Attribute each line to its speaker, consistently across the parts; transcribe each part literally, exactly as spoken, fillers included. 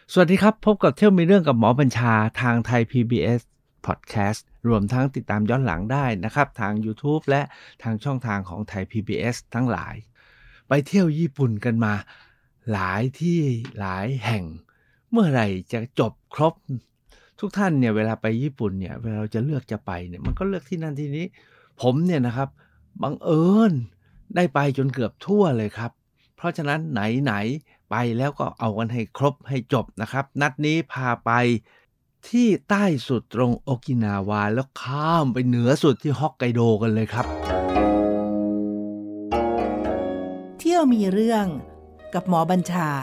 Speaker 1: สวัสดีครับพบกับเที่ยวมีเรื่องกับหมอบัญชาทางไทย พี บี เอส Podcast รวมทั้งติดตามย้อนหลังได้นะครับทาง YouTube และทางช่องทางของไทย พี บี เอส ทั้งหลายไปเที่ยวญี่ปุ่นกันมาหลายที่หลายแห่งเมื่อไหร่จะจบครบทุกท่านเนี่ยเวลาไปญี่ปุ่นเนี่ยเวลาเราจะเลือกจะไปเนี่ยมันก็เลือกที่นั่นที่นี้ผมเนี่ยนะครับบังเอิญได้ไปจนเกือบทั่วเลยครับเพราะฉะนั้นไหนๆไปแล้วก็เอากันให้ครบให้จบนะครับนัดนี้พาไปที่ใต้สุดตรงโอกินาวาแล้วข้ามไปเหนือสุดที่ฮอกไกโดกันเลยครับ
Speaker 2: เที่ยวมีเรื่องกับหมอบัญชา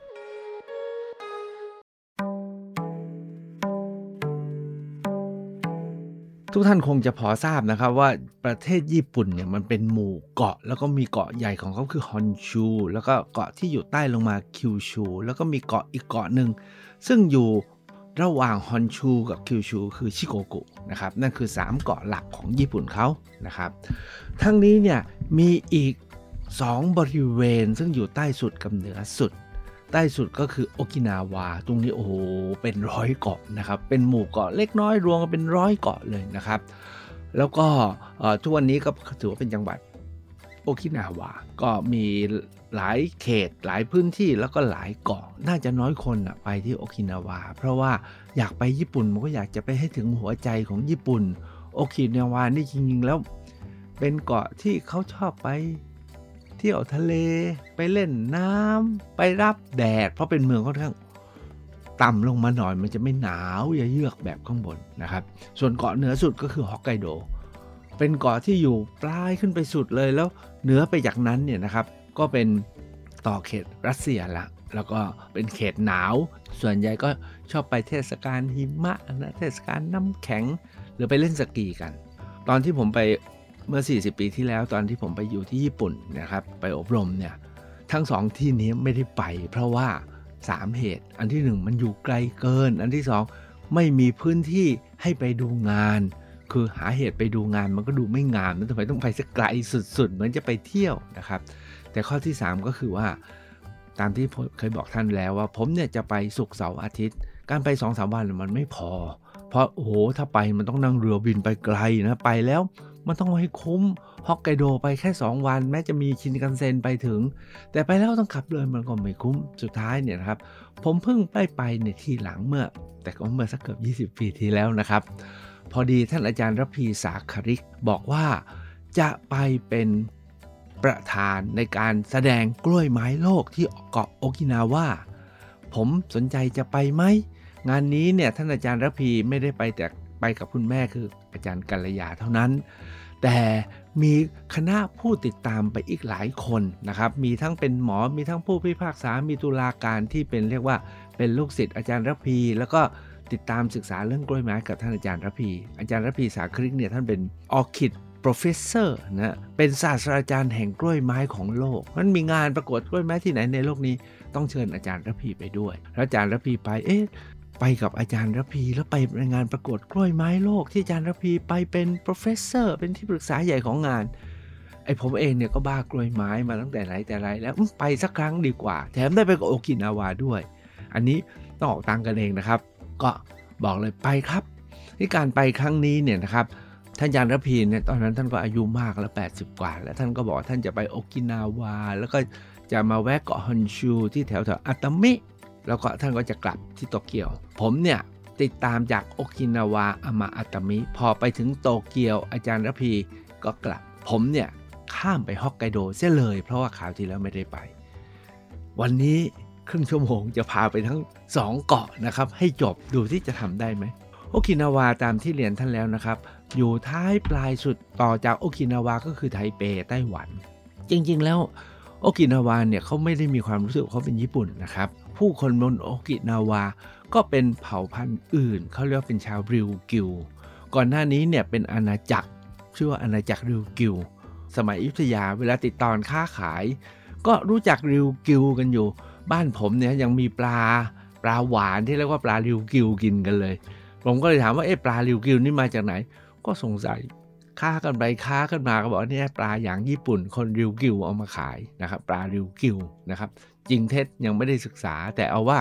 Speaker 1: ทุกท่านคงจะพอทราบนะครับว่าประเทศญี่ปุ่นเนี่ยมันเป็นหมู่เกาะแล้วก็มีเกาะใหญ่ของเขาคือฮอนชูแล้วก็เกาะที่อยู่ใต้ลงมาคิวชูแล้วก็มีเกาะอีกเกาะหนึ่งซึ่งอยู่ระหว่างฮอนชูกับคิวชูคือชิโกกุนะครับนั่นคือสามเกาะหลักของญี่ปุ่นเขานะครับทั้งนี้เนี่ยมีอีกสองบริเวณซึ่งอยู่ใต้สุดกับเหนือสุดใต้สุดก็คือโอกินาวาตรงนี้โอ้โหเป็นร้อยเกาะนะครับเป็นหมู่เกาะเล็กน้อยรวมกันเป็นร้อยเกาะเลยนะครับแล้วก็ทุกวันนี้ก็ถือว่าเป็นจังหวัดโอกินาวาก็มีหลายเขตหลายพื้นที่แล้วก็หลายเกาะน่าจะน้อยคนอะไปที่โอกินาวาเพราะว่าอยากไปญี่ปุ่นมันก็อยากจะไปให้ถึงหัวใจของญี่ปุ่นโอกินาวานี่จริงๆแล้วเป็นเกาะที่เขาชอบไปเที่ยวทะเลไปเล่นน้ำไปรับแดดเพราะเป็นเมืองค่อนข้างต่ำลงมาหน่อยมันจะไม่หนาวเยือกแบบข้างบนนะครับส่วนเกาะเหนือสุดก็คือฮอกไกโดเป็นเกาะที่อยู่ปลายขึ้นไปสุดเลยแล้วเหนือไปจากนั้นเนี่ยนะครับก็เป็นต่อเขตรัสเซียละแล้วก็เป็นเขตหนาวส่วนใหญ่ก็ชอบไปเทศกาลหิมะนะเทศกาลน้ำแข็งหรือไปเล่นสกีกันตอนที่ผมไปเมื่อสี่สิบปีที่แล้วตอนที่ผมไปอยู่ที่ญี่ปุ่นนะครับไปอบรมเนี่ยทั้งสองที่นี้ไม่ได้ไปเพราะว่าสามเหตุอันที่หนึ่งมันอยู่ไกลเกินอันที่สองไม่มีพื้นที่ให้ไปดูงานคือหาเหตุไปดูงานมันก็ดูไม่งามนะทำไมต้องไปสักไกลสุดๆเหมือนจะไปเที่ยวนะครับแต่ข้อที่สามก็คือว่าตามที่ผมเคยบอกท่านแล้วว่าผมเนี่ยจะไปศุกร์เสาร์อาทิตย์การไป สองถึงสาม วันมันไม่พอเพราะโอ้โหถ้าไปมันต้องนั่งเรือบินไปไกลนะไปแล้วมันต้องให้คุ้มฮอกไกโดไปแค่สองวันแม้จะมีชินคันเซ็นไปถึงแต่ไปแล้วต้องขับเรือมันก็ไม่คุ้มสุดท้ายเนี่ยนะครับผมเพิ่งไปไปในที่หลังเมื่อแต่ก็เมื่อสักเกือบยี่สิบปีที่แล้วนะครับพอดีท่านอาจารย์ระพีสาคริกบอกว่าจะไปเป็นประธานในการแสดงกล้วยไม้โลกที่เกาะโอกินาวาผมสนใจจะไปไหมงานนี้เนี่ยท่านอาจารย์ระพีไม่ได้ไปแต่ไปกับคุณแม่คืออาจารย์กัลยาเท่านั้นแต่มีคณะผู้ติดตามไปอีกหลายคนนะครับมีทั้งเป็นหมอมีทั้งผู้พิพากษามีตุลาการที่เป็นเรียกว่าเป็นลูกศิษย์อาจารย์ระพีแล้วก็ติดตามศึกษาเรื่องกล้วยไม้กับท่านอาจารย์ระพีอาจารย์ระพีสาคริกเนี่ยท่านเป็นออร์คิดProfessor นะเป็นศาสตราจารย์แห่งกล้วยไม้ของโลกมันมีงานประกวดกล้วยไม้ที่ไหนในโลกนี้ต้องเชิญอาจารย์ระพีไปด้วยแล้วอาจารย์ระพีไปเอ๊ะไปกับอาจารย์ระพีแล้วไปในงานประกวดกล้วยไม้โลกที่อาจารย์ระพีไปเป็น Professor เป็นที่ปรึกษาใหญ่ของงานไอ้ผมเองเนี่ยก็บ้ากล้วยไม้มาตั้งแต่ไหนแต่ไรแล้วไปสักครั้งดีกว่าแถมได้ไปกับโอกินาวาด้วยอันนี้ต้องออกตังค์กันเองนะครับก็บอกเลยไปครับที่การไปครั้งนี้เนี่ยนะครับท่านอาจารย์ระพีเนี่ยตอนนั้นท่านก็อายุมากแล้วแปดสิบกว่าแล้วท่านก็บอกท่านจะไปโอกินาวาแล้วก็จะมาแวะเกาะฮอนชูที่แถวแถวอาตามิแล้วก็ท่านก็จะกลับที่โตเกียวผมเนี่ยติดตามจากโอกินาวาอามาอาตามิพอไปถึงโตเกียวอาจารย์ระพีก็กลับผมเนี่ยข้ามไปฮอกไกโดเสียเลยเพราะว่าคราวที่แล้วไม่ได้ไปวันนี้ครึ่งชั่วโมงจะพาไปทั้งสองเกาะนะครับให้จบดูที่จะทำได้ไหมโอกินาวาตามที่เรียนท่านแล้วนะครับอยู่ท้ายปลายสุดต่อจากโอกินาวาก็คือไทเปไต้หวันจริงๆแล้วโอกินาวาเนี่ยเขาไม่ได้มีความรู้สึกเขาเป็นญี่ปุ่นนะครับผู้คนบนโอกินาวาก็เป็นเผ่าพันธุ์อื่นเขาเรียกว่าเป็นชาวริวกิวก่อนหน้านี้เนี่ยเป็นอาณาจักรชื่อว่าอาณาจักรริวกิวสมัยอยุธยาเวลาติดต่อค้าขายก็รู้จักริวกิวกันอยู่บ้านผมเนี่ยยังมีปลาปลาหวานที่เรียกว่าปลาริวกิวกินกันเลยผมก็เลยถามว่าเอ๊ะปลาริวกิวนี่มาจากไหนก็สงสัยค้ากันไปค้ากันมาก็บอกว่าเนี่ยปลาอย่างญี่ปุ่นคนริวกิวเอามาขายนะครับปลาริวกิวนะครับจริงเท็จยังไม่ได้ศึกษาแต่เอาว่า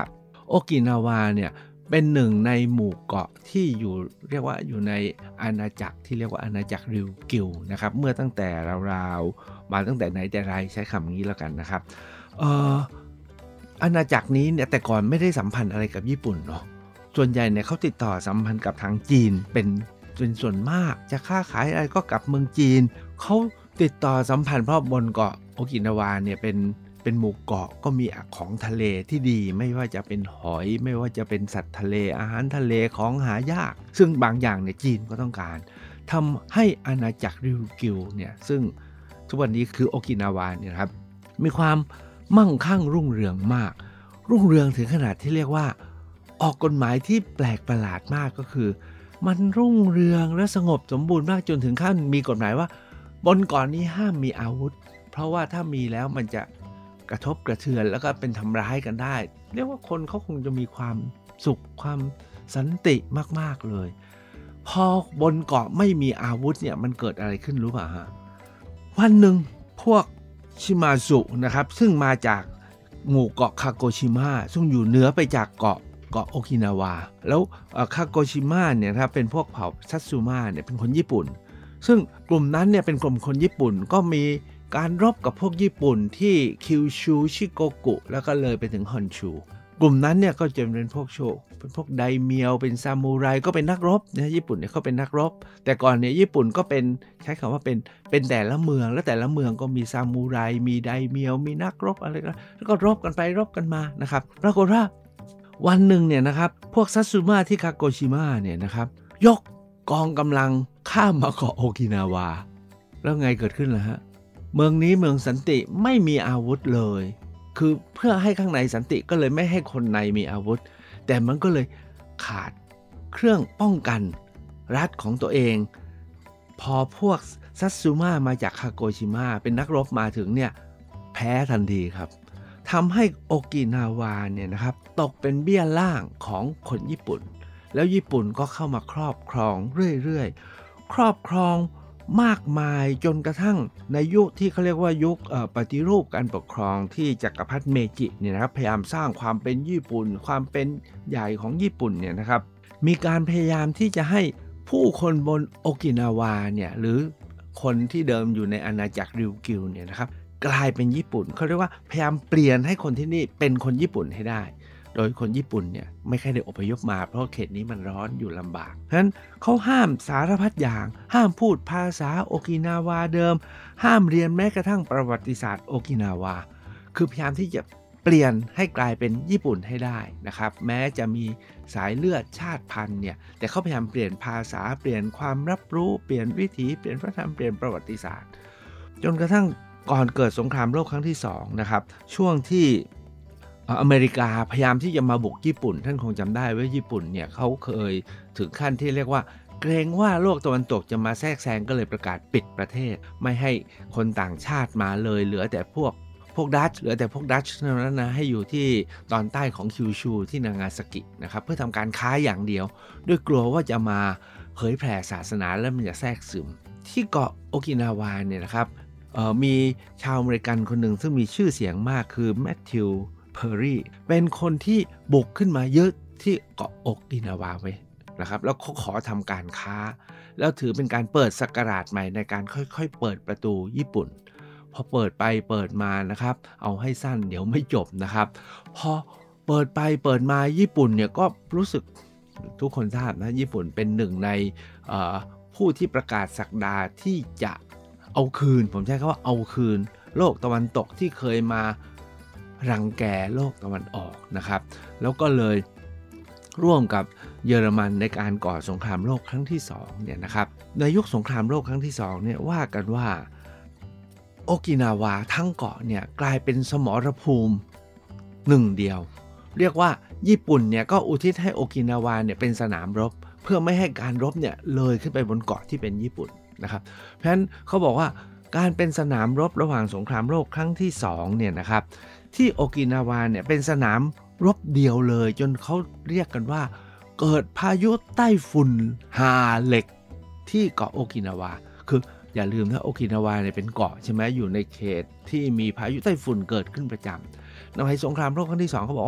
Speaker 1: โอกินาวาเนี่ยเป็นหนึ่งในหมู่เกาะที่อยู่เรียกว่าอยู่ในอาณาจักรที่เรียกว่าอาณาจักรริวกิวนะครับเมื่อตั้งแต่ราวๆมาตั้งแต่ไหนแต่ไรใช้คำนี้แล้วกันนะครับเอ่ออาณาจักรนี้เนี่ยแต่ก่อนไม่ได้สัมพันธ์อะไรกับญี่ปุ่นเนาะส่วนใหญ่เนี่ยเขาติดต่อสัมพันธ์กับทางจีนเป็นเป็นส่วนมากจะค้าขายอะไรก็กับเมืองจีนเขาติดต่อสัมพันธ์เพราะบนเกาะโอกินาวาเนี่ยเป็นเป็นหมู่เกาะก็มีของทะเลที่ดีไม่ว่าจะเป็นหอยไม่ว่าจะเป็นสัตว์ทะเลอาหารทะเลของหายากซึ่งบางอย่างเนี่ยจีนก็ต้องการทำให้อาณาจักรริวกิวเนี่ยซึ่งทุกวันนี้คือโอกินาวาเนี่ยครับมีความมั่งคั่งรุ่งเรืองมากรุ่งเรืองถึงขนาดที่เรียกว่าออกกฎหมายที่แปลกประหลาดมากก็คือมันรุ่งเรืองและสงบสมบูรณ์มากจนถึงขั้นมีกฎหมายว่าบนเกาะนี้ห้ามมีอาวุธเพราะว่าถ้ามีแล้วมันจะกระทบกระเทือนแล้วก็เป็นทำร้ายกันได้เรียกว่าคนเขาคงจะมีความสุขความสันติมากๆเลยพอบนเกาะไม่มีอาวุธเนี่ยมันเกิดอะไรขึ้นรู้ป่ะฮะวันหนึ่งพวกชิมาซุนะครับซึ่งมาจากหมู่เกาะคาโกชิมะซึ่งอยู่เหนือไปจากเกาะเกาะโอกินาวาแล้วคาโกชิมะเนี่ยครับเป็นพวกเผ่าซัตสึมะเนี่ยเป็นคนญี่ปุ่นซึ่งกลุ่มนั้นเนี่ยเป็นกลุ่มคนญี่ปุ่นก็มีการรบกับพวกญี่ปุ่นที่คิวชูชิโกกุแล้วก็เลยไปถึงฮอนชูกลุ่มนั้นเนี่ยก็จะเป็นพวกโชเป็นพวกไดเมียวเป็นซามูไรก็เป็นนักรบนะญี่ปุ่นเนี่ยเขาเป็นนักรบแต่ก่อนเนี่ยญี่ปุ่นก็เป็นใช้คำว่าเป็นเป็นแต่ละเมืองแล้วแต่ละเมืองก็มีซามูไรมีไดเมียวมีนักรบอะไรก็แล้วก็รบกันไปรบกันมานะครับปรากฏว่าวันหนึ่งเนี่ยนะครับพวกซัตสึมะที่คาโกชิมะเนี่ยนะครับยกกองกำลังข้ามมาเกาะโอกินาวาแล้วไงเกิดขึ้นล่ะฮะเมืองนี้เมืองสันติไม่มีอาวุธเลยคือเพื่อให้ข้างในสันติก็เลยไม่ให้คนในมีอาวุธแต่มันก็เลยขาดเครื่องป้องกันรัฐของตัวเองพอพวกซัตสึมะมาจากคาโกชิมะเป็นนักรบมาถึงเนี่ยแพ้ทันทีครับทำให้โอกินาวาเนี่ยนะครับตกเป็นเบี้ยล่างของคนญี่ปุ่นแล้วญี่ปุ่นก็เข้ามาครอบครองเรื่อยๆครอบครองมากมายจนกระทั่งในยุคที่เขาเรียกว่ายุคปฏิรูปการปกครองที่จักรพรรดิเมจิเนี่ยนะครับพยายามสร้างความเป็นญี่ปุ่นความเป็นใหญ่ของญี่ปุ่นเนี่ยนะครับมีการพยายามที่จะให้ผู้คนบนโอกินาวาเนี่ยหรือคนที่เดิมอยู่ในอาณาจักรริวกิวเนี่ยนะครับกลายเป็นญี่ปุ่นเขาเรียกว่าพยายามเปลี่ยนให้คนที่นี่เป็นคนญี่ปุ่นให้ได้โดยคนญี่ปุ่นเนี่ยไม่ค่อยได้อพยพมาเพราะเขตนี้มันร้อนอยู่ลำบากฉะนั้นเขาห้ามสารพัดอย่างห้ามพูดภาษาโอกินาวาเดิมห้ามเรียนแม้กระทั่งประวัติศาสตร์โอกินาวาคือพยายามที่จะเปลี่ยนให้กลายเป็นญี่ปุ่นให้ได้นะครับแม้จะมีสายเลือดชาติพันธุ์เนี่ยแต่เขาพยายามเปลี่ยนภาษาเปลี่ยนความรับรู้เปลี่ยนวิถีเปลี่ยนวัฒนธรรมเปลี่ยนประวัติศาสตร์จนกระทั่งก่อนเกิดสงครามโลกครั้งที่สองนะครับช่วงที่อเมริกาพยายามที่จะมาบุกญี่ปุ่นท่านคงจำได้ว่าญี่ปุ่นเนี่ยเขาเคยถึงขั้นที่เรียกว่าเกรงว่าโลกตะวันตกจะมาแทรกแซงก็เลยประกาศปิดประเทศไม่ให้คนต่างชาติมาเลยเหลือแต่พวกพวกดัตช์เหลือแต่พวกดัตช์เท่านั้นนะให้อยู่ที่ตอนใต้ของคิวชูที่นางาซากินะครับเพื่อทำการค้าอย่างเดียวด้วยกลัวว่าจะมาเผยแผ่ศาสนาแล้วมันจะแทรกซึมที่เกาะโอกินาวาเนี่ยนะครับมีชาวอเมริกันคนหนึ่งซึ่งมีชื่อเสียงมากคือแมทธิวเพอร์รี่เป็นคนที่บุกขึ้นมายึดที่เกาะโอกินาวาไว้นะครับแล้วเขาขอทำการค้าแล้วถือเป็นการเปิดศักราชใหม่ในการค่อยๆเปิดประตูญี่ปุ่นพอเปิดไปเปิดมานะครับเอาให้สั้นเดี๋ยวไม่จบนะครับพอเปิดไปเปิดมาญี่ปุ่นเนี่ยก็รู้สึกทุกคนทราบนะญี่ปุ่นเป็นหนึ่งในผู้ที่ประกาศศักดาที่จะเอาคืนผมใช้คำว่าเอาคืนโลกตะวันตกที่เคยมารังแกโลกตะวันออกนะครับแล้วก็เลยร่วมกับเยอรมันในการก่อสงครามโลกครั้งที่สองเนี่ยนะครับในยุคสงครามโลกครั้งที่สองเนี่ยว่ากันว่าโอกินาวาทั้งเกาะเนี่ยกลายเป็นสมรภูมิหนึ่งเดียวเรียกว่าญี่ปุ่นเนี่ยก็อุทิศให้โอกินาวาเนี่ยเป็นสนามรบเพื่อไม่ให้การรบเนี่ยเลยขึ้นไปบนเกาะที่เป็นญี่ปุ่นนะครับเพราะฉะนั้นเขาบอกว่าการเป็นสนามรบระหว่างสงครามโลกครั้งที่สองเนี่ยนะครับที่โอกินาวาเนี่ยเป็นสนามรบเดียวเลยจนเขาเรียกกันว่าเกิดพายุไต้ฝุ่นหาเหล็กที่เกาะโอกินาวาคืออย่าลืมนะโอกินาวาเนี่ยเป็นเกาะใช่ไหมอยู่ในเขตที่มีพายุไต้ฝุ่นเกิดขึ้นประจำในสงครามโลกครั้งที่สองเขาบอกว่า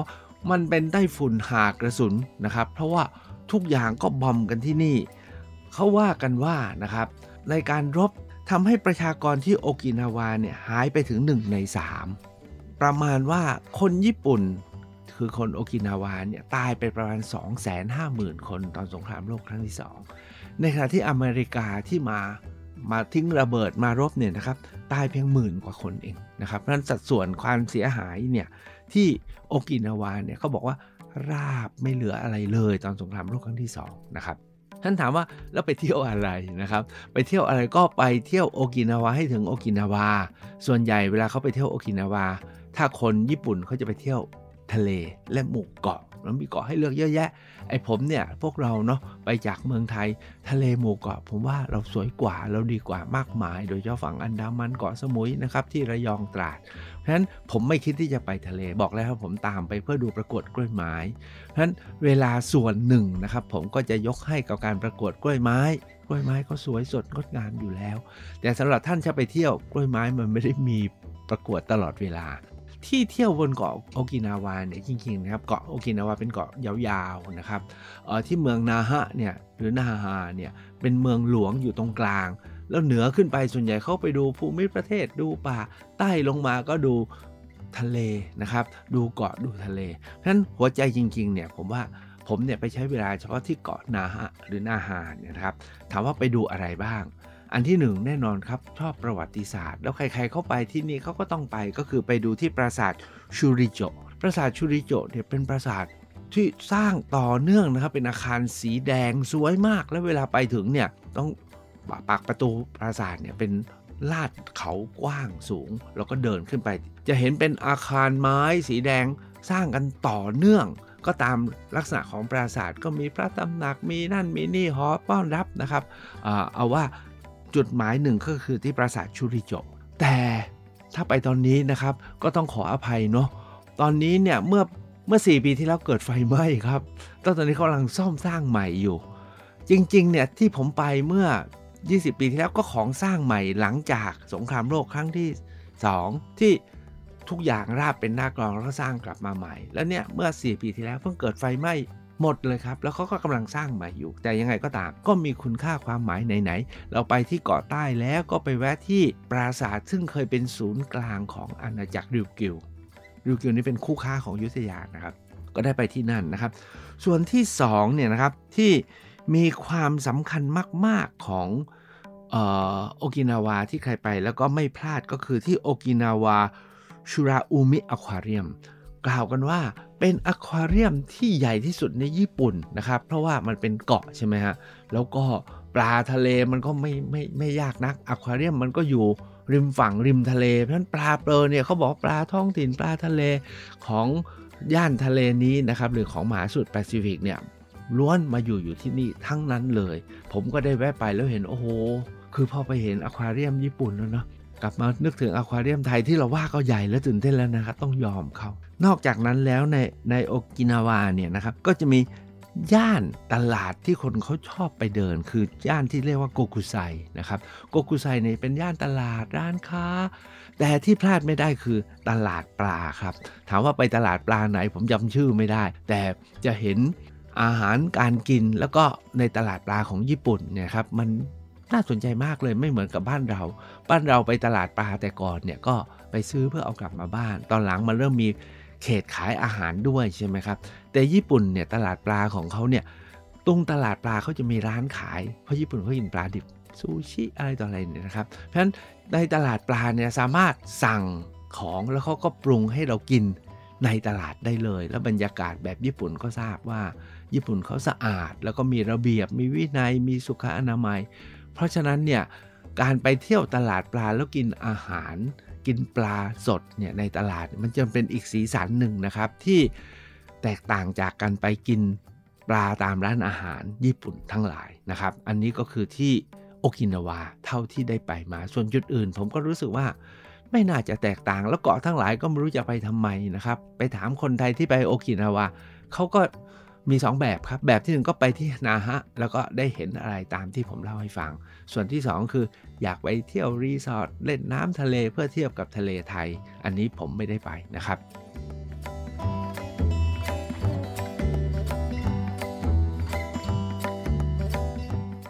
Speaker 1: มันเป็นไต้ฝุ่นหากระสุนนะครับเพราะว่าทุกอย่างก็บอมกันที่นี่เขาว่ากันว่านะครับในการรบทำให้ประชากรที่โอกินาวาเนี่ยหายไปถึงหนึ่งในสามประมาณว่าคนญี่ปุ่นคือคนโอกินาวาเนี่ยตายไปประมาณ สองแสนห้าหมื่น คนตอนสงครามโลกครั้งที่สองในขณะที่อเมริกาที่มามาทิ้งระเบิดมารบเนี่ยนะครับตายเพียงหมื่นกว่าคนเองนะครับเพราะฉะนั้นสัดส่วนความเสียหายเนี่ยที่โอกินาวาเนี่ยเขาบอกว่าราบไม่เหลืออะไรเลยตอนสงครามโลกครั้งที่สองนะครับท่านถามว่าแล้วไปเที่ยวอะไรนะครับไปเที่ยวอะไรก็ไปเที่ยวโอกินาวาให้ถึงโอกินาวาส่วนใหญ่เวลาเขาไปเที่ยวโอกินาวาถ้าคนญี่ปุ่นเขาจะไปเที่ยวทะเลและหมู่เกาะแล้วมีเกาะให้เลือกเยอะแยะไอ้ผมเนี่ยพวกเราเนาะไปจากเมืองไทยทะเลหมู่เกาะผมว่าเราสวยกว่าเราดีกว่ามากมายโดยเฉพาะฝั่งอันดามันเกาะสมุยนะครับที่ระยองตราดเพราะฉะนั้นผมไม่คิดที่จะไปทะเลบอกแล้วครับผมตามไปเพื่อดูประกวดกล้วยไม้เพราะฉะนั้นเวลาส่วนหนึ่งนะครับผมก็จะยกให้กับการประกวดกล้วยไม้กล้วยไม้ก็สวยสดงดงามอยู่แล้วแต่สำหรับท่านจะไปเที่ยวกล้วยไม้มันไม่ได้มีประกวดตลอดเวลาที่เที่ยวบนเกาะโอกินาวาเนี่ยจริงๆนะครับเกาะโอกินาวาเป็นเกาะยาวๆนะครับเอ่อที่เมืองนาฮะเนี่ยหรือนาฮาเนี่ยเป็นเมืองหลวงอยู่ตรงกลางแล้วเหนือขึ้นไปส่วนใหญ่เข้าไปดูภูมิประเทศดูป่าใต้ลงมาก็ดูทะเลนะครับดูเกาะดูทะเลเพราะฉะนั้นหัวใจจริงๆเนี่ยผมว่าผมเนี่ยไปใช้เวลาเฉพาะที่เกาะนาฮะหรือนาฮาเนี่ยนะครับถามว่าไปดูอะไรบ้างอันที่หนึ่งแน่นอนครับชอบประวัติศาสตร์แล้วใครๆเข้าไปที่นี่เขาก็ต้องไปก็คือไปดูที่ปราสาทชูริโจะปราสาทชูริโจะเนี่ยเป็นปราสาทที่สร้างต่อเนื่องนะครับเป็นอาคารสีแดงสวยมากแล้วเวลาไปถึงเนี่ยต้องปากประตูปราสาทเนี่ยเป็นลาดเขากว้างสูงแล้วก็เดินขึ้นไปจะเห็นเป็นอาคารไม้สีแดงสร้างกันต่อเนื่องก็ตามลักษณะของปราสาทก็มีพระตำหนักมีนั่นมีนี่หอต้อนรับนะครับอ่าเอาว่าจุดหมายหนึ่งก็คือที่ปราสาทชูริโจะแต่ถ้าไปตอนนี้นะครับก็ต้องขออภัยเนาะตอนนี้เนี่ยเมื่อเมื่อสี่ปีที่แล้วเกิดไฟไหม้ครับตอนนี้เขากำลังซ่อมสร้างใหม่อยู่จริงๆเนี่ยที่ผมไปเมื่อยี่สิบปีที่แล้วก็ของสร้างใหม่หลังจากสงครามโลกครั้งที่สองที่ทุกอย่างราบเป็นหน้ากลองแล้วก็สร้างกลับมาใหม่แล้วเนี่ยเมื่อสี่ปีที่แล้วเพิ่งเกิดไฟไหม้หมดเลยครับแล้วเขาก็กำลังสร้างใหม่อยู่แต่ยังไงก็ตามก็มีคุณค่าความหมายไหนๆเราไปที่เกาะใต้แล้วก็ไปแวะที่ปราสาทซึ่งเคยเป็นศูนย์กลางของอาณาจักรริวกิวริวกิวนี่เป็นคู่ค้าของอยุธยานะครับก็ได้ไปที่นั่นนะครับส่วนที่สองเนี่ยนะครับที่มีความสำคัญมากๆของเอ่อโอกินาวาที่ใครไปแล้วก็ไม่พลาดก็คือที่โอกินาวาชูราอุมิอควาเรียมกล่าวกันว่าเป็นอควาเรียมที่ใหญ่ที่สุดในญี่ปุ่นนะครับเพราะว่ามันเป็นเกาะใช่ไหมฮะแล้วก็ปลาทะเลมันก็ไม่ไม่ไม่ยากนักอควาเรียมมันก็อยู่ริมฝั่งริมทะเลเพราะฉะนั้นปลาเปอเนี่ยเขาบอกปลาท้องถิ่นปลาทะเลของย่านทะเลนี้นะครับหรือของมหาสมุทรแปซิฟิกเนี่ยล้วนมาอยู่อยู่ที่นี่ทั้งนั้นเลยผมก็ได้แวะไปแล้วเห็นโอ้โหคือพอไปเห็นอควาเรียมญี่ปุ่นแล้วเนาะกลับมานึกถึงอควาเรียมไทยที่เราว่าก็ใหญ่และตื่นเต้นแล้วนะครับต้องยอมเขานอกจากนั้นแล้วในในโอกินาวาเนี่ยนะครับก็จะมีย่านตลาดที่คนเขาชอบไปเดินคือย่านที่เรียกว่าโกกุไซนะครับโกกุไซเนี่ยเป็นย่านตลาดร้านค้าแต่ที่พลาดไม่ได้คือตลาดปลาครับถามว่าไปตลาดปลาไหนผมจำชื่อไม่ได้แต่จะเห็นอาหารการกินแล้วก็ในตลาดปลาของญี่ปุ่นเนี่ยครับมันน่าสนใจมากเลยไม่เหมือนกับบ้านเราบ้านเราไปตลาดปลาแต่ก่อนเนี่ยก็ไปซื้อเพื่อเอากลับมาบ้านตอนหลังมันเริ่มมีเขตขายอาหารด้วยใช่ไหมครับแต่ญี่ปุ่นเนี่ยตลาดปลาของเขาเนี่ยตรงตลาดปลาเขาจะมีร้านขายเพราะญี่ปุ่นเขากินปลาดิบซูชิอะไรต่ออะไรเนี่ยนะครับเพราะฉะนั้นในตลาดปลาเนี่ยสามารถสั่งของแล้วเขาก็ปรุงให้เรากินในตลาดได้เลยแล้วบรรยากาศแบบญี่ปุ่นก็ทราบว่าญี่ปุ่นเขาสะอาดแล้วก็มีระเบียบมีวินัยมีสุขอนามัยเพราะฉะนั้นเนี่ยการไปเที่ยวตลาดปลาแล้วกินอาหารกินปลาสดเนี่ยในตลาดมันจะเป็นอีกสีสันหนึ่งนะครับที่แตกต่างจากการไปกินปลาตามร้านอาหารญี่ปุ่นทั้งหลายนะครับอันนี้ก็คือที่โอกินาวาเท่าที่ได้ไปมาส่วนจุดอื่นผมก็รู้สึกว่าไม่น่าจะแตกต่างแล้วเกาะทั้งหลายก็ไม่รู้จะไปทำไมนะครับไปถามคนไทยที่ไปโอกินาวาเขาก็มีสองแบบครับแบบที่หนึ่งก็ไปที่นาฮะแล้วก็ได้เห็นอะไรตามที่ผมเล่าให้ฟังส่วนที่สองคืออยากไปเที่ยวรีสอร์ทเล่นน้ำทะเลเพื่อเทียบกับทะเลไทยอันนี้ผมไม่ได้ไปนะครับ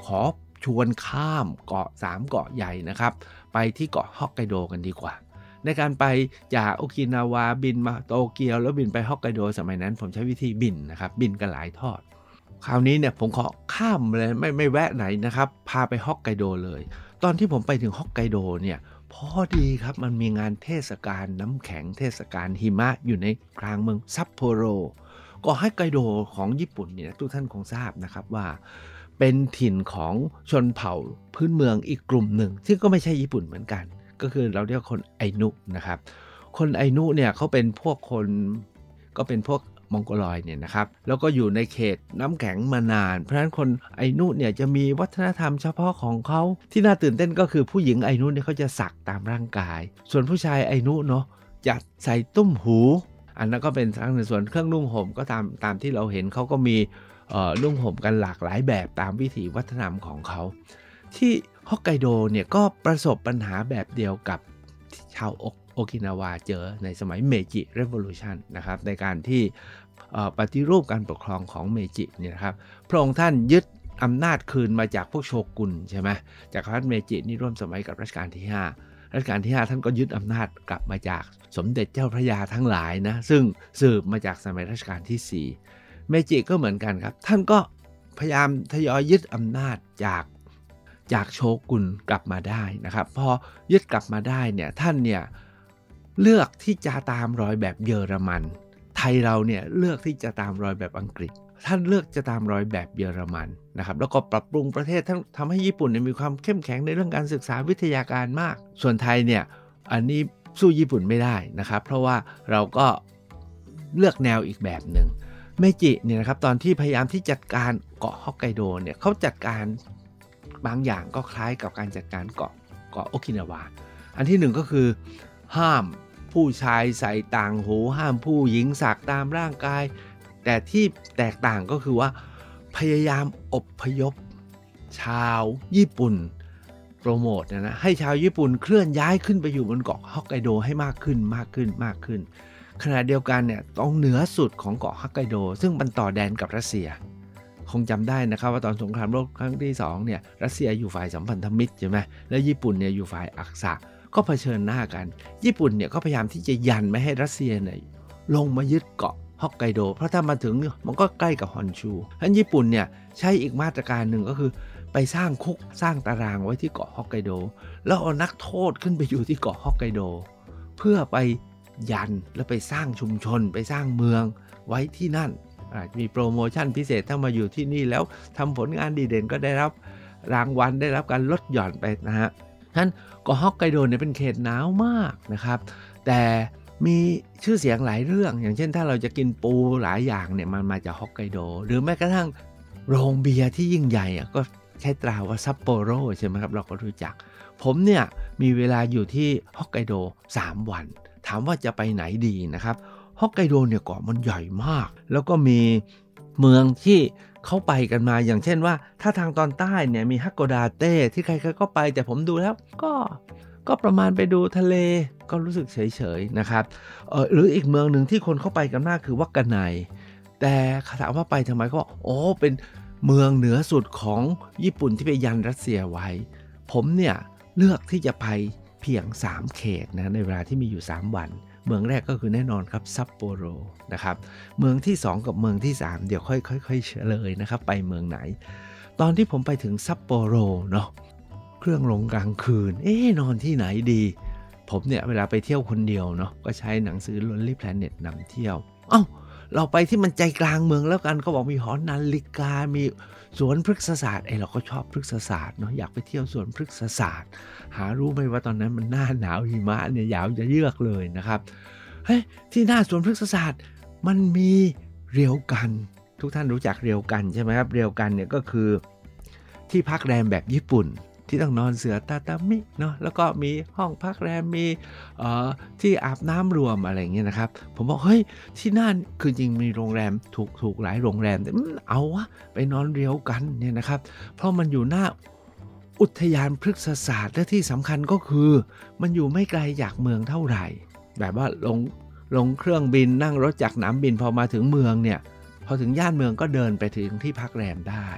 Speaker 1: ขอชวนข้ามเกาะสามเกาะใหญ่นะครับไปที่เกาะฮอกไกโดกันดีกว่าในการไปจากโอกินาวาบินมาโตเกียวแล้วบินไปฮอกไกโดสมัยนั้นผมใช้วิธีบินนะครับบินกันหลายทอดคราวนี้เนี่ยผมขอข้ามเลยไม่ไม่แวะไหนนะครับพาไปฮอกไกโดเลยตอนที่ผมไปถึงฮอกไกโดเนี่ยพอดีครับมันมีงานเทศกาลน้ำแข็งเทศกาลหิมะอยู่ในกลางเมืองซัปโปโรเกาะฮอกไกโดของญี่ปุ่นเนี่ยทุกท่านคงทราบนะครับว่าเป็นถิ่นของชนเผ่าพื้นเมืองอีกกลุ่มหนึ่งที่ก็ไม่ใช่ญี่ปุ่นเหมือนกันก็คือเราเรียกคนไอนุนะครับคนไอนุเนี่ยเขาเป็นพวกคนก็เป็นพวกมองโกลอยเนี่ยนะครับแล้วก็อยู่ในเขตน้ำแข็งมานานเพราะฉะนั้นคนไอนุเนี่ยจะมีวัฒนธรรมเฉพาะของเขาที่น่าตื่นเต้นก็คือผู้หญิงไอนุเนี่ยเขาจะสักตามร่างกายส่วนผู้ชายไอนุเนาะจะใส่ตุ้มหูอันนั้นก็เป็นทั้งในส่วนเครื่องนุ่งห่มก็ตามตามที่เราเห็นเขาก็มีเอ่อนุ่งห่มกันหลากหลายแบบตามวิถีวัฒนธรรมของเขาที่ฮอกไกโดเนี่ยก็ประสบปัญหาแบบเดียวกับชาวโอกินาวาเจอในสมัยเมจิเรโวลูชันนะครับในการที่ปฏิรูปการปกครองของเมจิเนี่ยนะครับพระองค์ท่านยึดอำนาจคืนมาจากพวกโชกุนใช่ไหมจากรัฐเมจินี่ร่วมสมัยกับรัชกาลที่ห้ารัชกาลที่ห้าท่านก็ยึดอำนาจกลับมาจากสมเด็จเจ้าพระยาทั้งหลายนะซึ่งสืบมาจากสมัยรัชกาลที่สี่เมจิก็เหมือนกันครับท่านก็พยายามทยอยยึดอำนาจจากจากโชกุนกลับมาได้นะครับพอยึดกลับมาได้เนี่ยท่านเนี่ยเลือกที่จะตามรอยแบบเยอรมันไทยเราเนี่ยเลือกที่จะตามรอยแบบอังกฤษท่านเลือกจะตามรอยแบบเยอรมันนะครับแล้วก็ปรับปรุงประเทศทั้งทำให้ญี่ปุ่นเนี่ยมีความเข้มแข็งในเรื่องการศึกษาวิทยาการมากส่วนไทยเนี่ยอันนี้สู้ญี่ปุ่นไม่ได้นะครับเพราะว่าเราก็เลือกแนวอีกแบบหนึ่งเมจิเนี่ยนะครับตอนที่พยายามที่จัดการเกาะฮอกไกโดเนี่ยเขาจัดการบางอย่างก็คล้ายกับการจัดการเกาะเกาะโอกินาวาอันที่หนึ่งก็คือห้ามผู้ชายใส่ต่างหูห้ามผู้หญิงสักตามร่างกายแต่ที่แตกต่างก็คือว่าพยายามอพยพชาวญี่ปุ่นโปรโมทนะนะให้ชาวญี่ปุ่นเคลื่อนย้ายขึ้นไปอยู่บนเกาะฮอกไกโดให้มากขึ้นมากขึ้นมากขึ้นขณะเดียวกันเนี่ยตรงเหนือสุดของเกาะฮอกไกโดซึ่งมันต่อแดนกับรัสเซียคงจำได้นะครับว่าตอนสงครามโลกครั้งที่สองเนี่ยรัสเซียอยู่ฝ่ายสัมพันธมิตรใช่ไหมและญี่ปุ่นเนี่ยอยู่ฝ่ายอักษะก็เผชิญหน้ากันญี่ปุ่นเนี่ยก็พยายามที่จะยันไม่ให้รัสเซียเนี่ยลงมายึดเกาะฮอกไกโดเพราะถ้ามาถึงมันก็ใกล้กับฮอนชูฉะนั้นญี่ปุ่นเนี่ยใช้อีกมาตรการหนึ่งก็คือไปสร้างคุกสร้างตารางไว้ที่เกาะฮอกไกโดแล้วเอานักโทษขึ้นไปอยู่ที่เกาะฮอกไกโดเพื่อไปยันแล้วไปสร้างชุมชนไปสร้างเมืองไว้ที่นั่นมีโปรโมชั่นพิเศษถ้ามาอยู่ที่นี่แล้วทำผลงานดีเด่นก็ได้รับรางวัลได้รับการลดหย่อนไปนะฮะฉะนั้นเกาะฮอกไกโดเนี่ยเป็นเขตหนาวมากนะครับแต่มีชื่อเสียงหลายเรื่องอย่างเช่นถ้าเราจะกินปูหลายอย่างเนี่ยมันมาจากฮอกไกโดหรือแม้กระทั่งโรงเบียร์ที่ยิ่งใหญ่อะก็ใช้ตราว่าซัปโปโรใช่ไหมครับเราก็รู้จักผมเนี่ยมีเวลาอยู่ที่ฮอกไกโดสามวันถามว่าจะไปไหนดีนะครับฮอกไกโดเนี่ยเกาะมันใหญ่มากแล้วก็มีเมืองที่เขาไปกันมาอย่างเช่นว่าถ้าทางตอนใต้เนี่ยมีฮักโกดาเต้ที่ใครๆก็ไปแต่ผมดูแล้วก็ก็ประมาณไปดูทะเลก็รู้สึกเฉยๆนะครับเออหรืออีกเมืองหนึ่งที่คนเข้าไปกันมากคือวักกะไนแต่ถามว่าไปทำไมก็โอ้เป็นเมืองเหนือสุดของญี่ปุ่นที่ไปยันรัสเซียไว้ผมเนี่ยเลือกที่จะไปเพียงสามเขตนะในเวลาที่มีอยู่สามวันเมืองแรกก็คือแน่นอนครับซัปโปโรนะครับเมืองที่สองกับเมืองที่สามเดี๋ยวค่อยๆเฉลยนะครับไปเมืองไหนตอนที่ผมไปถึงซัปโปโรเนาะเครื่องลงกลางคืนเอ๊ะนอนที่ไหนดีผมเนี่ยเวลาไปเที่ยวคนเดียวเนาะก็ใช้หนังสือ Lonely Planet นำเที่ยวเอ้าเราไปที่มันใจกลางเมืองแล้วกันเขาบอกมีหอนาฬิกามีสวนพฤกษศาสตร์ไอ้เราก็ชอบพฤกษศาสตร์เนาะอยากไปเที่ยวสวนพฤกษศาสตร์หารู้ไหมว่าตอนนั้นมันหน้าหนาวหิมะเนี่ยยาวจะเยือกเลยนะครับเฮ้ยที่หน้าสวนพฤกษศาสตร์มันมีเรียวกันทุกท่านรู้จักเรียวกันใช่ไหมครับเรียวกันเนี่ยก็คือที่พักแรมแบบญี่ปุ่นที่ต้องนอนเสื่อตาตามิเนาะแล้วก็มีห้องพักแรมมีเอ่อที่อาบน้ำรวมอะไรอย่างเงี้ยนะครับผมบอกเฮ้ยที่นั่นคือจริงมีโรงแรมถูกถูกหลายโรงแรมแต่เอาวะไปนอนเรียวกันเนี่ยนะครับเพราะมันอยู่หน้าอุทยานพฤกษศาสตร์และที่สำคัญก็คือมันอยู่ไม่ไกลจากเมืองเท่าไหร่แบบว่าลงลงเครื่องบินนั่งรถจากสนามบินพอมาถึงเมืองเนี่ยพอถึงย่านเมืองก็เดินไปถึงที่พักแรมได้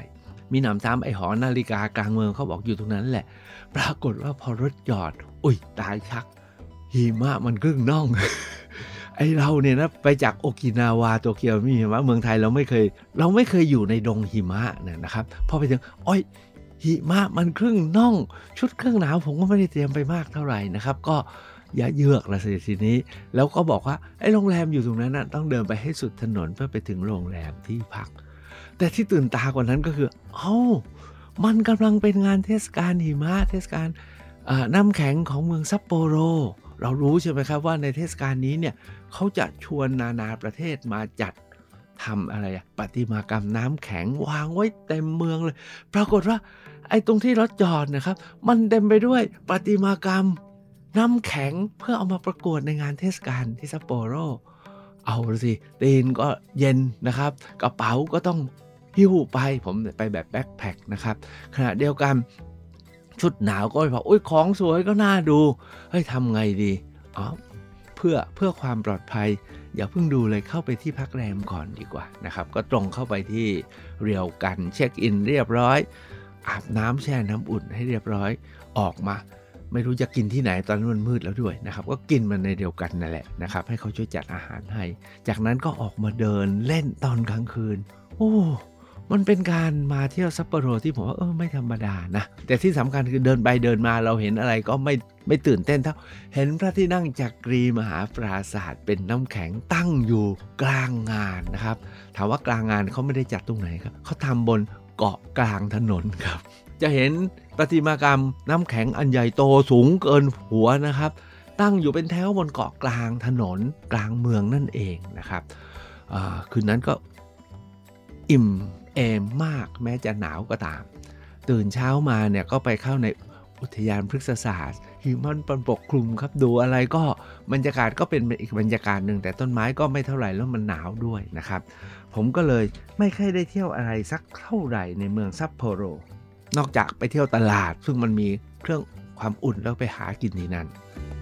Speaker 1: มีหนำซ้ำไอ้หอนาฬิกากลางเมืองเขาบอกอยู่ตรงนั้นแหละปรากฏว่าพอรถจอดอุ้ยตายชักหิมะมันครึ่งน่อง ไอเราเนี่ยนะไปจากโอกินาวาโตเกียวมีหิมะเมืองไทยเราไม่เคยเราไม่เคยอยู่ในดงหิมะเนี่ยนะครับพอไปถึงอ้อยหิมะมันครึ่งน่องชุดเครื่องหนาวผมก็ไม่ได้เตรียมไปมากเท่าไหร่นะครับก็อย่าเยือกละสิทีนี้แล้วก็บอกว่าไอ้โรงแรมอยู่ตรงนั้นนะต้องเดินไปให้สุดถนนเพื่อไปถึงโรงแรมที่พักแต่ที่ตื่นตากว่านั้นก็คือเอ้ามันกำลังเป็นงานเทศกาลหิมะเทศกาลน้ำแข็งของเมืองซัปโปโรเรารู้ใช่ไหมครับว่าในเทศกาลนี้เนี่ยเขาจะชวนนานาประเทศมาจัดทำอะไรอะประติมากรรมน้ำแข็งวางไว้เต็มเมืองเลยปรากฏว่าไอ้ตรงที่รถจอดนะครับมันเต็มไปด้วยประติมากรรมน้ำแข็งเพื่อเอามาประกวดในงานเทศกาลที่ซัปโปโรเอาสิตีนก็เย็นนะครับกระเป๋าก็ต้องหิ้วไปผมไปแบบแบ็คแพ็คนะครับขณะเดียวกันชุดหนาวก็บอกโอ้ยของสวยก็น่าดูเฮ้ยทำไงดีอ๋อเพื่อเพื่อความปลอดภัยอย่าเพิ่งดูเลยเข้าไปที่พักแรมก่อนดีกว่านะครับก็ตรงเข้าไปที่เรียวกันเช็คอินเรียบร้อยอาบน้ำแช่น้ำอุ่นให้เรียบร้อยออกมาไม่รู้จะกินที่ไหนตอนนั้นมันมืดแล้วด้วยนะครับก็กินมันในเดียวกันนั่นแหละนะครับให้เขาช่วยจัดอาหารให้จากนั้นก็ออกมาเดินเล่นตอนกลางคืนโอ้มันเป็นการมาเที่ยวซัปโปโรที่ผมว่าเออไม่ธรรมดานะแต่ที่สำคัญคือเดินไปเดินมาเราเห็นอะไรก็ไม่ไม่ตื่นเต้นเท่าเห็นพระที่นั่งจักรีมหาปราสาทเป็นน้ำแข็งตั้งอยู่กลางงานนะครับถามว่ากลางงานเขาไม่ได้จัดตรงไหนครับเขาทำบนเกาะกลางถนนครับจะเห็นประติมากรรมน้ำแข็งอันใหญ่โตสูงเกินหัวนะครับตั้งอยู่เป็นแถวบนเกาะกลางถนนกลางเมืองนั่นเองนะครับคืนนั้นก็อิ่มเอมมากแม้จะหนาวก็ตามตื่นเช้ามาเนี่ยก็ไปเข้าในอุทยานพฤกษศาสตร์หิมะปกคลุมครับดูอะไรก็บรรยากาศก็เป็นอีกบรรยากาศหนึ่งแต่ต้นไม้ก็ไม่เท่าไหร่แล้วมันหนาวด้วยนะครับผมก็เลยไม่ค่อยได้เที่ยวอะไรสักเท่าไหร่ในเมืองซัปโปโรนอกจากไปเที่ยวตลาดซึ่งมันมีเครื่องความอุ่นแล้วไปหากินที่นั่น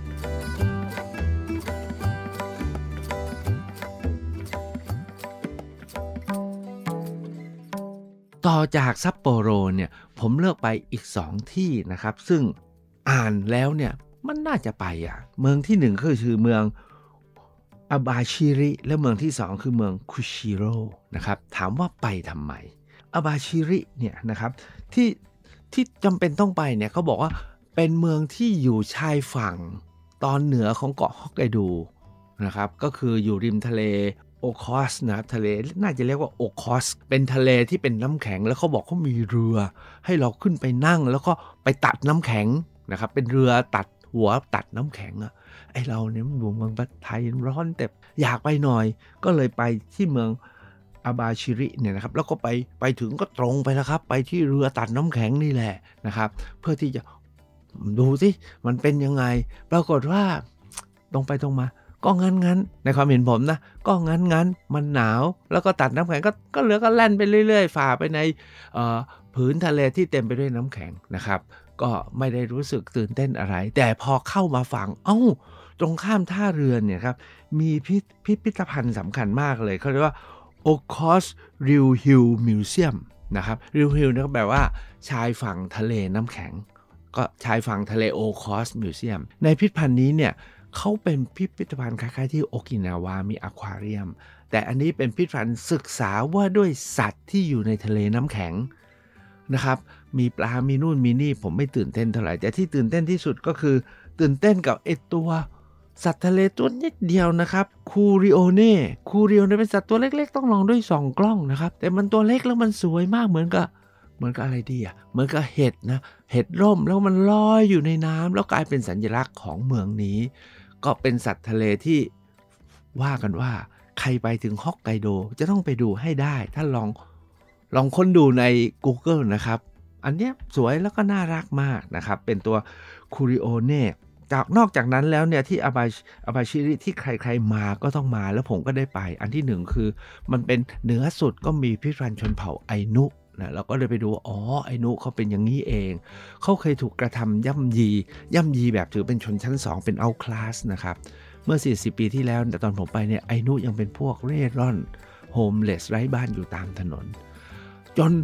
Speaker 1: ต่อจากซัปโปโรเนี่ยผมเลือกไปอีกสองที่นะครับซึ่งอ่านแล้วเนี่ยมันน่าจะไปอ่ะเมืองที่หนึ่งก็คือเมืองอาบาชิริและเมืองที่สองคือเมืองคุชิโร่นะครับถามว่าไปทำไมอาบาชิริเนี่ยนะครับที่ที่จำเป็นต้องไปเนี่ยเขาบอกว่าเป็นเมืองที่อยู่ชายฝั่งตอนเหนือของเกาะฮอกไกโดนะครับก็คืออยู่ริมทะเลโอคอสนะทะเลน่าจะเรียกว่าโอคอสเป็นทะเลที่เป็นน้ำแข็งแล้วเขาบอกเขามีเรือให้เราขึ้นไปนั่งแล้วก็ไปตัดน้ำแข็งนะครับเป็นเรือตัดหัวตัดน้ำแข็งอะไอเราเนี่ยมันอยู่เมืองไทยร้อนแต่อยากไปหน่อยก็เลยไปที่เมืองอาบาชิริเนี่ยนะครับแล้วก็ไปไปถึงก็ตรงไปแล้วครับไปที่เรือตัดน้ำแข็งนี่แหละนะครับเพื่อที่จะดูสิมันเป็นยังไงปรากฏว่าตรงไปตรงมาก็งั้นๆในความเห็นผมนะก็งั้นๆมันหนาวแล้วก็ตัดน้ำแข็งก็ก็เรือก็แล่นไปเรื่อยๆฝ่าไปในผืนทะเลที่เต็มไปด้วยน้ำแข็งนะครับก็ไม่ได้รู้สึกตื่นเต้นอะไรแต่พอเข้ามาฝั่งเอ้าตรงข้ามท่าเรือเนี่ยครับมีพิพิธภัณฑ์สำคัญมากเลยเขาเรียกว่า Okos Real Hill Museum นะครับ Real Hill นี่ก็แปลว่าชายฝั่งทะเลน้ำแข็งก็ชายฝั่งทะเล Okos Museum ในพิพิธภัณฑ์นี้เนี่ยเขาเป็นพิพิธภัณฑ์คล้ายๆที่โอกินาวามีอควาเรียมแต่อันนี้เป็นพิพิธภัณฑ์ศึกษาว่าด้วยสัตว์ที่อยู่ในทะเลน้ำแข็งนะครับมีปลามีนู่นมีนี่ผมไม่ตื่นเต้นเท่าไหร่แต่ที่ตื่นเต้นที่สุดก็คือตื่นเต้นกับไอตัวสัตว์ทะเลตัวนิดเดียวนะครับคูริโอเน่คูริโอเน่เป็นสัตว์ตัวเล็กๆต้องลองด้วยส่องกล้องนะครับแต่มันตัวเล็กแล้วมันสวยมากเหมือนกับเหมือนกับอะไรดีอ่ะเหมือนกับเห็ดนะเห็ดร่มแล้วมันลอยอยู่ในน้ำแล้วกลายเป็นสัญลักษณ์ของเมืองนี้ก็เป็นสัตว์ทะเลที่ว่ากันว่าใครไปถึงฮอกไกโดจะต้องไปดูให้ได้ถ้าลองลองค้นดูใน Google นะครับอันนี้สวยแล้วก็น่ารักมากนะครับเป็นตัวคูริโอเน่จากนอกจากนั้นแล้วเนี่ยที่อาบาอาบาชิริที่ใครๆมาก็ต้องมาแล้วผมก็ได้ไปอันที่หนึ่งคือมันเป็นเหนือสุดก็มีพิพิธภัณฑ์ชนเผ่าไอนุนะเราก็เลยไปดูอ๋อไอนุเขาเป็นอย่างนี้เองเขาเคยถูกกระทำย่ำยีย่ำยีแบบถือเป็นชนชั้นสองเป็นเอาท์คลาสนะครับเมื่อสี่สิบปีที่แล้วแต่ตอนผมไปเนี่ยไอนุยังเป็นพวกเร่ร่อนโฮมเลสไร้บ้านอยู่ตามถนนจน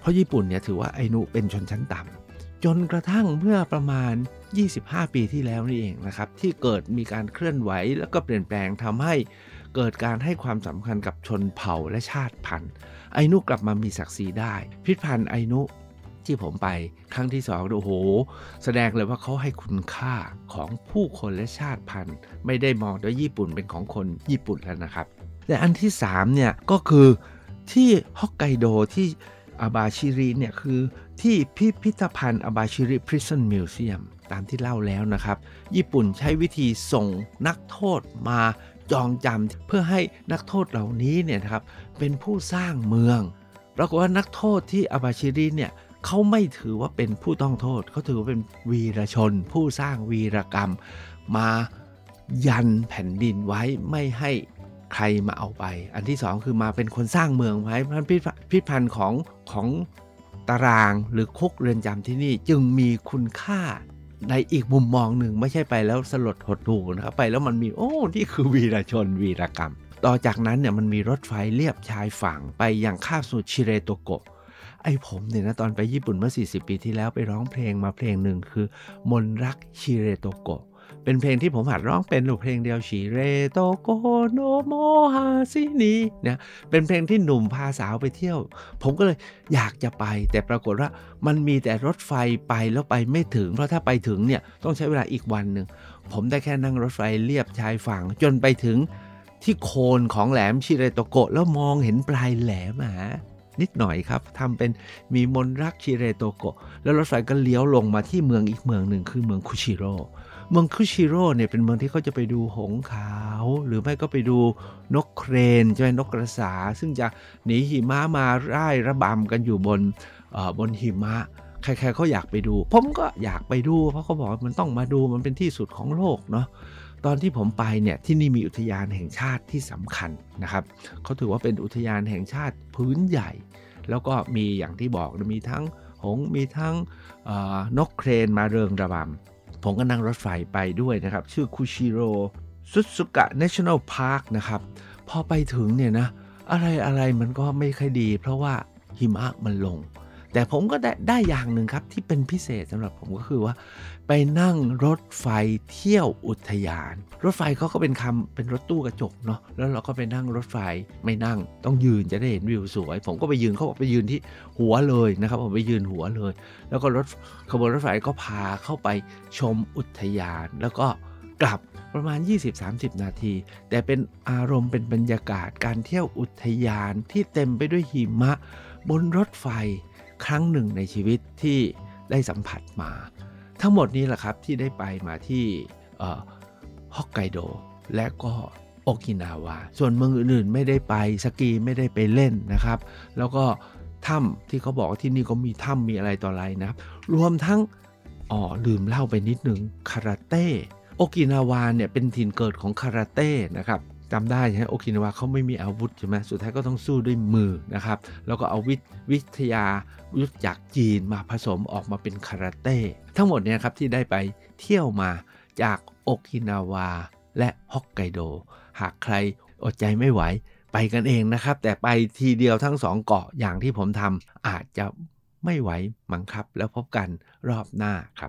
Speaker 1: เพราะญี่ปุ่นเนี่ยถือว่าไอนุเป็นชนชั้นต่ำจนกระทั่งเมื่อประมาณยี่สิบห้าปีที่แล้วนี่เองนะครับที่เกิดมีการเคลื่อนไหวแล้วก็เปลี่ยนแปลงทำให้เกิดการให้ความสำคัญกับชนเผ่าและชาติพันธุ์ไอนุกลับมามีศักดิ์ศรีได้พิพิธภัณฑ์ไอนุที่ผมไปครั้งที่สองโอ้โหแสดงเลยว่าเขาให้คุณค่าของผู้คนและชาติพันธุ์ไม่ได้มองว่าญี่ปุ่นเป็นของคนญี่ปุ่นแล้วนะครับแต่อันที่สามเนี่ยก็คือที่ฮอกไกโดที่อาบาชิริเนี่ยคือที่พิพิธภัณฑ์อาบาชิริ Prison Museum ตามที่เล่าแล้วนะครับญี่ปุ่นใช้วิธีส่งนักโทษมาจองจำเพื่อให้นักโทษเหล่านี้เนี่ยนะครับเป็นผู้สร้างเมืองปรากฏว่านักโทษที่อาบาชิริเนี่ยเขาไม่ถือว่าเป็นผู้ต้องโทษเขาถือว่าเป็นวีรชนผู้สร้างวีรกรรมมายันแผ่นดินไว้ไม่ให้ใครมาเอาไปอันที่สองคือมาเป็นคนสร้างเมืองไว้เพราะพิพิธภัณฑ์ของของตารางหรือคุกเรือนจำที่นี่จึงมีคุณค่าในอีกมุมมองหนึ่งไม่ใช่ไปแล้วสลดหดหู่นะครับไปแล้วมันมีโอ้นี่คือวีรชนวีรกรรมต่อจากนั้นเนี่ยมันมีรถไฟเลียบชายฝั่งไปยังคาบสมุทรชิเรโตโกะไอ้ผมเนี่ยนะตอนไปญี่ปุ่นเมื่อสี่สิบปีที่แล้วไปร้องเพลงมาเพลงหนึ่งคือมนรักชิเรโตโกะเป็นเพลงที่ผมหัดร้องเป็นหนูเพลงเดียวชิเรโตโกโนโมฮาซินีเนี่ยเป็นเพลงที่หนุ่มพาสาวไปเที่ยวผมก็เลยอยากจะไปแต่ปรากฏว่ามันมีแต่รถไฟไปแล้วไปไม่ถึงเพราะถ้าไปถึงเนี่ยต้องใช้เวลาอีกวันหนึ่งผมได้แค่นั่งรถไฟเลียบชายฝั่งจนไปถึงที่โคนของแหลมชิเรโตโกะแล้วมองเห็นปลายแหลมอ่ะนิดหน่อยครับทำเป็นมีมนรักชิเรโตโกะแล้วรถไฟก็เลี้ยวลงมาที่เมืองอีกเมืองหนึ่งคือเมืองคุชิโร่เมืองคุชิโร่เนี่ยเป็นเมืองที่เขาจะไปดูหงส์ขาวหรือไม่ก็ไปดูนกเครนใช่ไหมนกกระสาซึ่งจะหนีหิมะมาร่ายระบำกันอยู่บนเอ่อบนหิมะใครๆเขาอยากไปดูผมก็อยากไปดูเพราะเขาบอกมันต้องมาดูมันเป็นที่สุดของโลกเนาะตอนที่ผมไปเนี่ยที่นี่มีอุทยานแห่งชาติที่สำคัญนะครับเขาถือว่าเป็นอุทยานแห่งชาติพื้นใหญ่แล้วก็มีอย่างที่บอกมีทั้งหงส์มีทั้งนกเครนมาเริงระบำผมก็นั่งรถไฟไปด้วยนะครับชื่อคุชิโร่ซุสึกะ National Park นะครับพอไปถึงเนี่ยนะอะไรอะไรมันก็ไม่ค่อยดีเพราะว่าหิมะมันลงแต่ผมก็ได้ได้อย่างหนึ่งครับที่เป็นพิเศษสำหรับผมก็คือว่าไปนั่งรถไฟเที่ยวอุทยานรถไฟเขาก็เป็นคำเป็นรถตู้กระจกเนาะแล้วเราก็ไปนั่งรถไฟไม่นั่งต้องยืนจะได้เห็นวิวสวยผมก็ไปยืนเขาบอกไปยืนที่หัวเลยนะครับผมไปยืนหัวเลยแล้วก็รถขบวนรถไฟก็พาเข้าไปชมอุทยานแล้วก็กลับประมาณ ยี่สิบถึงสามสิบ นาทีแต่เป็นอารมณ์เป็นบรรยากาศการเที่ยวอุทยานที่เต็มไปด้วยหิมะบนรถไฟครั้งหนึ่งในชีวิตที่ได้สัมผัสมาทั้งหมดนี้แหละครับที่ได้ไปมาที่ฮอกไกโดและก็โอกินาวาส่วนเมืองอื่นๆไม่ได้ไปสกีไม่ได้ไปเล่นนะครับแล้วก็ถ้ำที่เขาบอกว่าที่นี่ก็มีถ้ำมีอะไรต่ออะไรนะครับรวมทั้งอ๋อลืมเล่าไปนิดนึงคาราเต้โอกินาวาเนี่ยเป็นถิ่นเกิดของคาราเต้นะครับจำได้ใช่ไหมโอกินาวาเขาไม่มีอาวุธใช่ไหมสุดท้ายก็ต้องสู้ด้วยมือนะครับแล้วก็เอาวิวิทยายุทธจากจีนมาผสมออกมาเป็นคาราเต้ทั้งหมดเนี่ยครับที่ได้ไปเที่ยวมาจากโอกินาวาและฮอกไกโดหากใครอดใจไม่ไหวไปกันเองนะครับแต่ไปทีเดียวทั้งสองเกาะอย่างที่ผมทำอาจจะไม่ไหวมั้งครับแล้วพบกันรอบหน้าครับ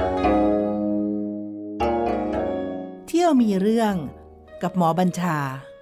Speaker 2: เที่ยวมีเรื่องกับหมอบัญชา